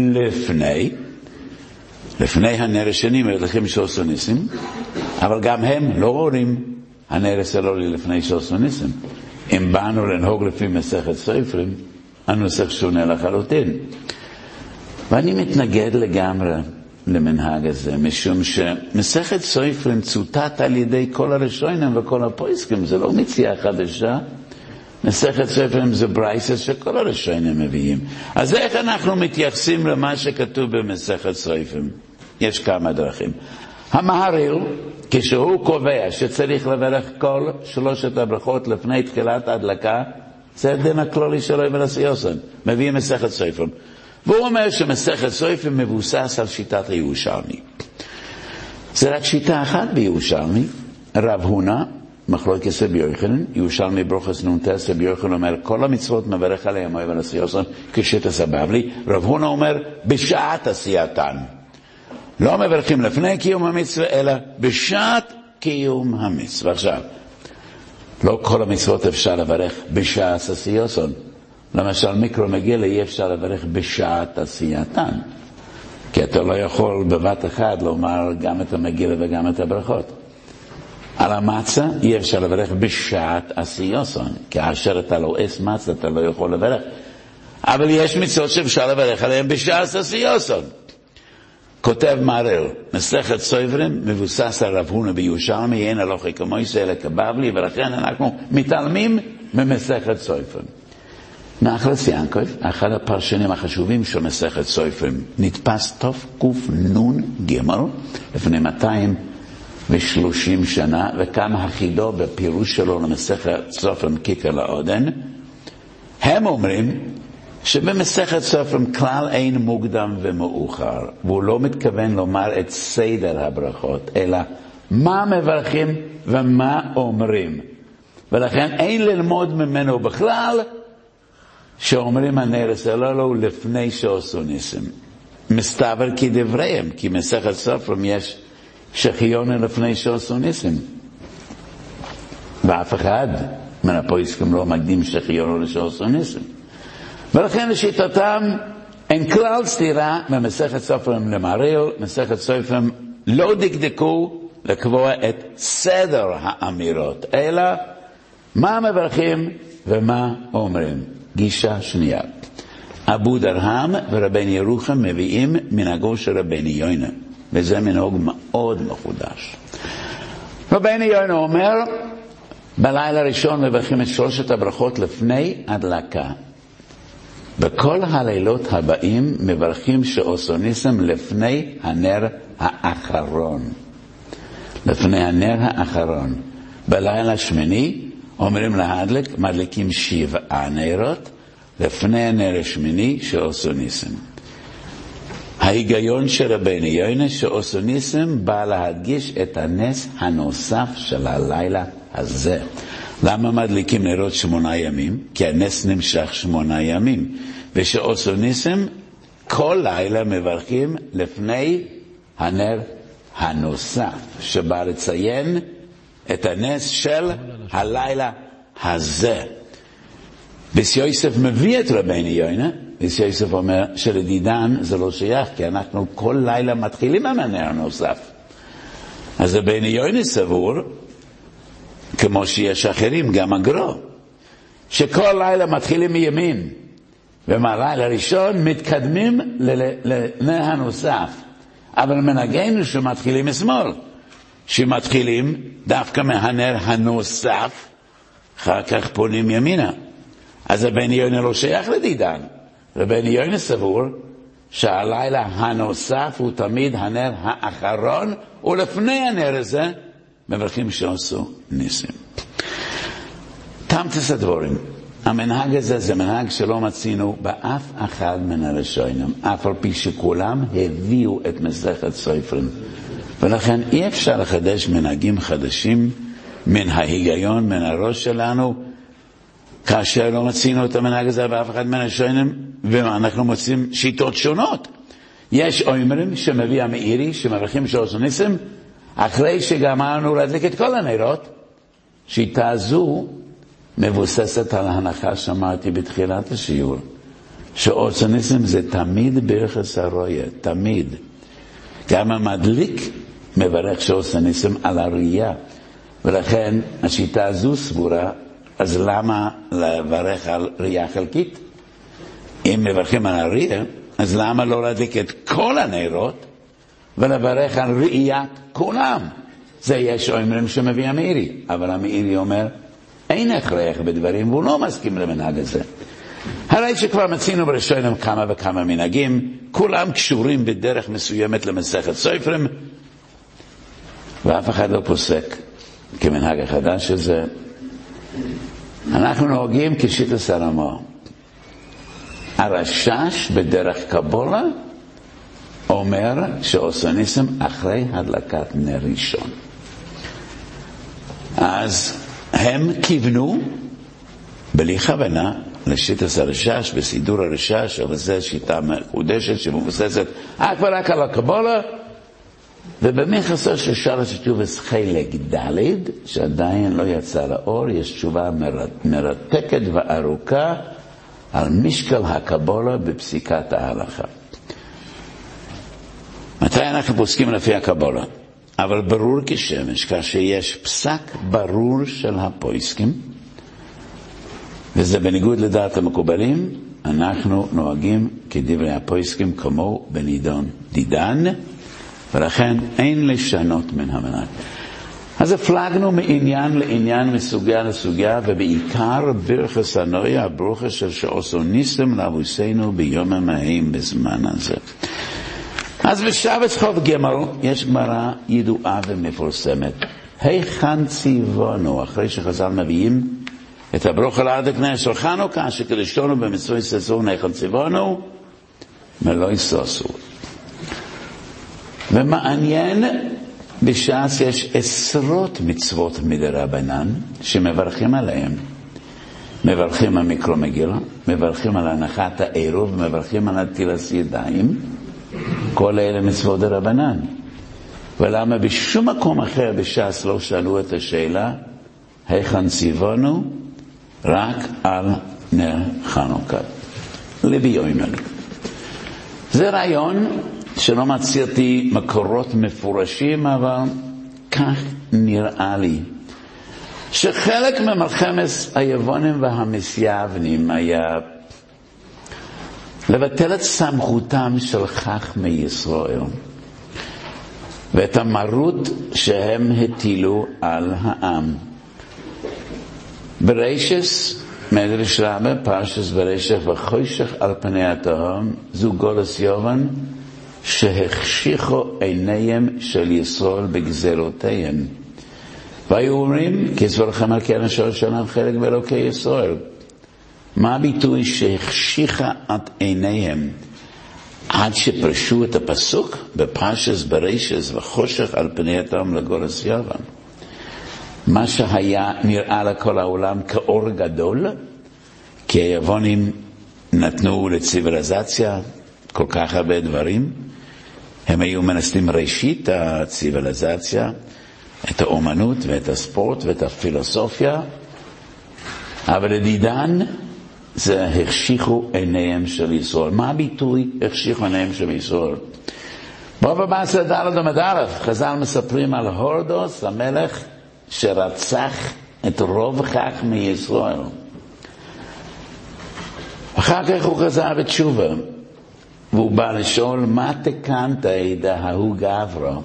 לפני הנר השני מברכים שעושו ניסים, אבל גם הם לא רואים הנר סולו לפני שעושו ניסים. אם באנו לנהוג לפי מסכת סופרים הנוסח שונה לחלוטין. ואני מתנגד לגמרי למנהג הזה, משום שמסכת סופרים צוטט על ידי כל הראשונים וכל הפוסקים, זה לא מציאה חדשה. מסכת סופרים זה ברייסה שכל הראשונים מביאים. אז איך אנחנו מתייחסים למה שכתוב במסכת סופרים? יש כמה דרכים. המהר"ל, כשהוא קובע שצריך לברך כל 3 הברכות לפני תחילת ההדלקה, זה הדין הכללי שלו ולעשיוסון, מביא מסכת סופרים. והוא אומר שמסכת סופרים מבוסס על שיטת הירושלמי. זה רק שיטה אחת בירושלמי. רב הונא, מחלוקת רבי יוחנן, ירושלמי ברוכס נ"ט, רבי יוחנן אומר כל המצוות מברך עליהם אוהב לעשיוסון כשיטת הבבלי. רב הונא אומר בשעת עשייתן. לא מברכים לפני קיום המצווה, אלא בשעת קיום המצווה. עכשיו, לא כל המצוות אפשר לברך בשעת עשייתן. למשל, מיקרו מגילה אי אפשר לברך בשעת עשייתן. כי אתה לא יכול בבת אחד לומר גם את המגילה וגם את הברכות. על המצה אי אפשר לברך בשעת עשייתן. כאשר אתה לא אס מצה, אתה לא יכול לברך. אבל יש מצוות שאפשר לברך עליהם בשעת עשייתן. כותב מהר"ל, מסכת סופרים מבוסס על רב הונא בירושלמי, אין הלכה כמויסה אלא כבבלי, ולכן אנחנו מתעלמים ממסכת סופרים. נחלס יעקב, אחד הפרשנים החשובים של מסכת סופרים, נתפס תקנ"ג לפני 230 שנה, וכאן החידו בפירוש שלו למסכת סופרים כיכר לאודן. הם אומרים שבמסכת סופרים כלל אין מוקדם ומאוחר, והוא לא מתכוון לומר את סדר הברכות, אלא מה מברכים ומה אומרים. ולכן אין ללמוד ממנו בכלל שאומרים הנר סולו לפני שעושו ניסים. מסתבר כדבריהם, כי מסכת סופרים יש שחיינו לפני שעושו ניסים. ואף אחד מן הפוסקים לא מקדים שחיינו לשעושו ניסים. ולכן לשיטתם אין כלל סתירה ממסכת סופרים למהר"ל. מסכת סופרים לא דקדקו לקבוע את סדר האמירות, אלא מה מברכים ומה אומרים. גישה שנייה, אבו דרהם ורבני ירוחם מביאים מנהגו של רבני יונה, וזה מנהג מאוד מחודש. רבני יונה אומר בלילה הראשון מברכים את 3 הברכות לפני הדלקה. בכל הלילות הבאים מברכים שעושו ניסים לפני הנר האחרון. לפני הנר האחרון. בלילה השמיני אומרים להדלק, מדליקים 7 נרות לפני הנר השמיני שעושו ניסים. ההיגיון של רבנו יונה שעשו ניסים בא להדגיש את הנס הנוסף של הלילה הזה. למה מדליקים נרות 8 ימים? כי הנס נמשך 8 ימים. ושעשו ניסים כל לילה מברכים לפני הנר הנוסף, שבא לציין את הנס של הלילה הזה. ביס יוסף מביא את רבנו יונה, ביס יוסף אומר שלדידן זה לא שייך, כי אנחנו כל לילה מתחילים עם הנר הנוסף. אז רבנו יונה סבור, כמו שיש אחרים, גם הגרו, שכל לילה מתחילים מימין, ומהלילה הראשון מתקדמים לנר הנוסף. אבל מנהגנו שמתחילים משמאל, שמתחילים דווקא מהנר הנוסף, אחר כך פונים ימינה. אז רבנו יונה לא שייך לדידן. רבנו יונה סבור שהלילה הנוסף הוא תמיד הנר האחרון, ולפני הנר הזה מברכים שעשו ניסים. תמצת הדברים. המנהג הזה זה מנהג שלא מצינו באף אחד מן הראשונים, אף על פי שכולם הביאו את מסכת סופרים. ולכן אי אפשר לחדש מנהגים חדשים מן ההיגיון, מן הראש שלנו, כאשר לא מצינו את המנהג הזה באף אחד מן הראשונים, ואנחנו מוצאים שיטות שונות. יש אומרים שמביא המאירי, שמברכים שעשו ניסים, אחרי שגמרנו להדליק את כל הנרות. שיטה זו מבוססת על ההנחה שאמרתי בתחילת השיעור, שעשו ניסים זה תמיד ברכס הרויה, תמיד. גם המדליק מברך שעשו ניסים על הראייה, ולכן השיטה הזו סבורה, אז למה לברך על ראייה חלקית? אם מברכים על הראייה, אז למה לא להדליק את כל הנרות ולברך על ראיית כולם? זה יש אומרים שמביא המאירי, אבל המאירי אומר אין הכרח בדברים, והוא לא מסכים למנהג הזה. הרי שכבר מצינו בראשונים כמה וכמה מנהגים, כולם קשורים בדרך מסוימת למסכת סופרים, ואף אחד לא פוסק כמנהג החדש הזה. אנחנו נוהגים כשיטת הרמ"א. הרש"ש בדרך קבולה אומר שעשו ניסים אחרי הדלקת נר ראשון. אז הם כיוונו בלי כוונה לשיטת הרש"ש, בסידור הרש"ש, אבל זו שיטה מחודשת שמבוססת רק על הקבולה, ובמכסו של שרש תשובס חלק ד' שעדיין לא יצא לאור, יש תשובה מרתקת וארוכה על משקל הקבולה בפסיקת ההלכה. מתי אנחנו פוסקים לפי הקבולה? אבל ברור כשמש, כאשר יש פסק ברור של הפוסקים, וזה בניגוד לדעת המקובלים, אנחנו נוהגים כדברי הפוסקים כמו בנידון דידן, ולכן אין לשנות מן המנהג. אז הפלגנו מעניין לעניין, מסוגיה לסוגיה, ובעיקר ברכס הנויה, הברוכה של שעשו ניסים לאבוסינו ביום ההם בזמן הזה. אז בשבת חוב גמל יש גמרא ידועה ומפורסמת. היכן ציוונו, אחרי שחז"ל מביאים את הברוכה לעד כנסת חנוכה, שקדשתנו במצוות ססון, היכן ציוונו, מלא יסוסו. ומעניין, בש"ס יש עשרות מצוות מדרבנן שמברכים עליהם. מברכים על מיקרו מגילה, מברכים על הנחת העירוב, מברכים על נטילת ידיים. כל אלה מצוות דרבנן. ולמה בשום מקום אחר בש"ס לא שאלו את השאלה היכן ציוונו? רק על נר חנוכה. לבי יומר. זה רעיון שלא מצאתי מקורות מפורשים, אבל כך נראה לי שחלק ממלחמת היוונים והמסייבנים היה לבטל את סמכותם של חכמי ישראל ואת המרות שהם הטילו על העם. ברשס מדרש רבה, פרשס ברשך וחושך על פני התהום, זו גולס יובן שהחשיכו עיניהם של ישראל בגזרותיהם. והיו אומרים, כסברכם על קרן של שנה חלק באלוקי ישראל. מה הביטוי שהחשיכה את עיניהם? עד שפרשו את הפסוק בפרשס ברישס וחושך על פני התהום לגורס יוון. מה שהיה נראה לכל העולם כאור גדול, כי היוונים נתנו לציביליזציה כל כך הרבה דברים. הם היו מנסים ראשית הציביליזציה, את האומנות ואת הספורט ואת הפילוסופיה, אבל לדידן זה החשיכו עיניהם של ישראל. מה הביטוי החשיכו עיניהם של ישראל? בבא בתרא ד' עמוד א', חז"ל מספרים על הורדוס, המלך שרצח את רוב חכמי ישראל. אחר כך הוא חזר בתשובה, והוא בא לשאול, מה תקנת דההוא גברא?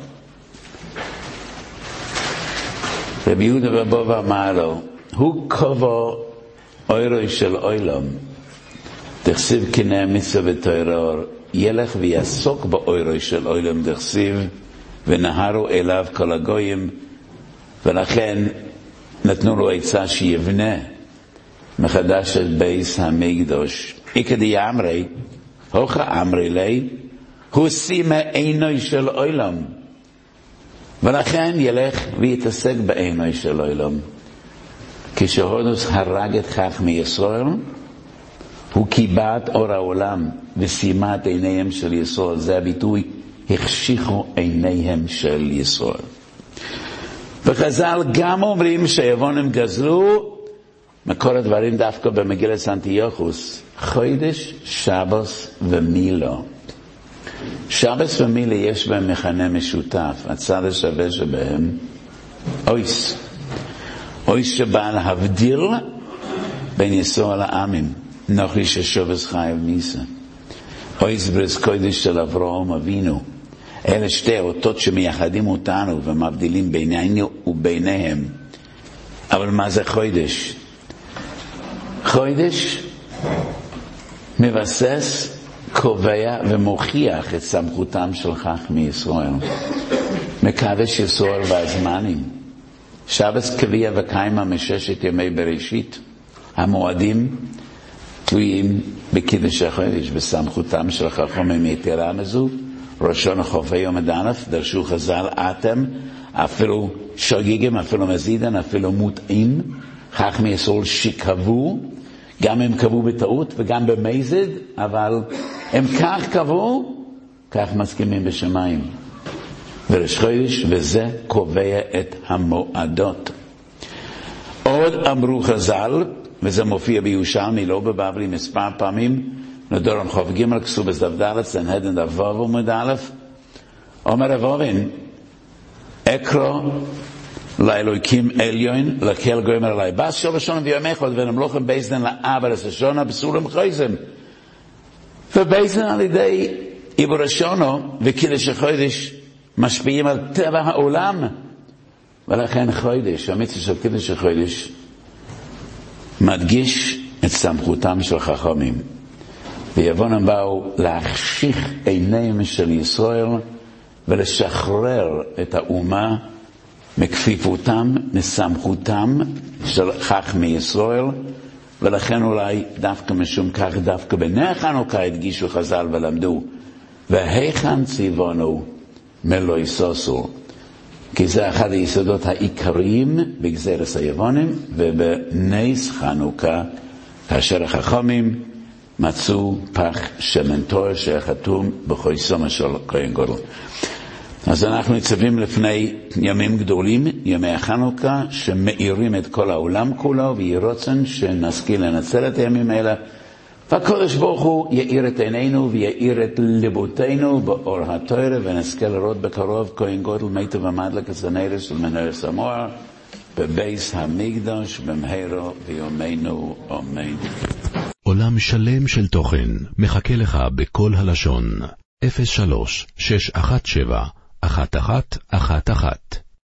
רבי יהודה בבא אמר לו, הוא קבע אוירוי של אוילם, דכסיב קנה מצווה ותורה, ילך ויעסוק באוירוי של אוילם דכסיב, ונהרו אליו כל הגויים, ולכן נתנו לו עצה שיבנה מחדש את בייס המקדוש. איקדי אמרי, הוכה אמרי לי, הוא שימה עינוי של אוילם, ולכן ילך ויתעסק בעינוי של אוילם. כשהורדוס הרג את חכמי ישראל, הוא קיבע את אור העולם ושימה את עיניהם של ישראל. זה הביטוי, החשיכו עיניהם של ישראל. וחז"ל גם אומרים שהיוונים גזלו מכל הדברים דווקא במגילת אנטיוכוס, חודש, שבוס ומילו. שבוס ומילו יש בהם מכנה משותף, הצד השווה שבהם אויס. אויס שבא להבדיל בין ישראל לעמים, נוכרי ששובס חייב מיסה. אויס ברס קודש של אברהם אבינו. אלה שתי אותות שמייחדים אותנו ומבדילים בינינו וביניהם. אבל מה זה חודש? חודש מבסס, קובע ומוכיח את סמכותם של חכמי ישראל. מקדש ישראל והזמנים. שבס קביע וקיימה מששת ימי בראשית. המועדים תלויים בקידוש החודש, בסמכותם של חכמים. יתרה מזו, ראשון חופי יום א', דרשו חז"ל, אתם אפילו שוגגים, אפילו מזידן, אפילו מוטעים, חכמי ישראל שקבעו, גם הם קבעו בטעות וגם במזיד, אבל הם כך קבעו, כך מסכימים בשמיים. וראש חודש, וזה קובע את המועדות. עוד אמרו חז"ל, וזה מופיע בירושלמי, לא בבבלי, מספר פעמים, נדורם חוף ג' כסובס דף ד' סנהדרין דף ו' עמוד א', אומר רב אובין, אקרא לאלוהיקים עליון, לקהל גומר עלי, בס של ראשון ויום אחד, ונמלוכם בייסדן לאבא לסשונה, בסולם חויזם. ובייסדן על ידי עיבור ראשונו, וקידוש החודש, משפיעים על טבע העולם, ולכן חודש, המצווה של קידוש החודש, מדגיש את סמכותם של חכמים. ויוונים באו להחשיך עיניהם של ישראל ולשחרר את האומה מכפיפותם, מסמכותם של חכמי ישראל, ולכן אולי דווקא משום כך, דווקא בנר חנוכה הדגישו חז"ל ולמדו, והיכן ציוונו מלוא סוסו, כי זה אחד היסודות העיקריים בגזרת היוונים, ובנס חנוכה, כאשר החכמים מצאו פח שמן תור שחתום בחויסומה של כהן גדול. אז אנחנו ניצבים לפני ימים גדולים, ימי החנוכה, שמאירים את כל העולם כולו, ויהי רצון שנשכיל לנצל את הימים האלה, והקדוש ברוך הוא יאיר את עינינו ויאיר את ליבותינו באור התורה, ונזכה לראות בקרוב כהן גדול מיטב ומדלק הסנרס של מנהרס המוהר, בבייס המקדש במהרה ביומנו אמן. עולם שלם של תוכן מחכה לך בכל הלשון. 03-617-1111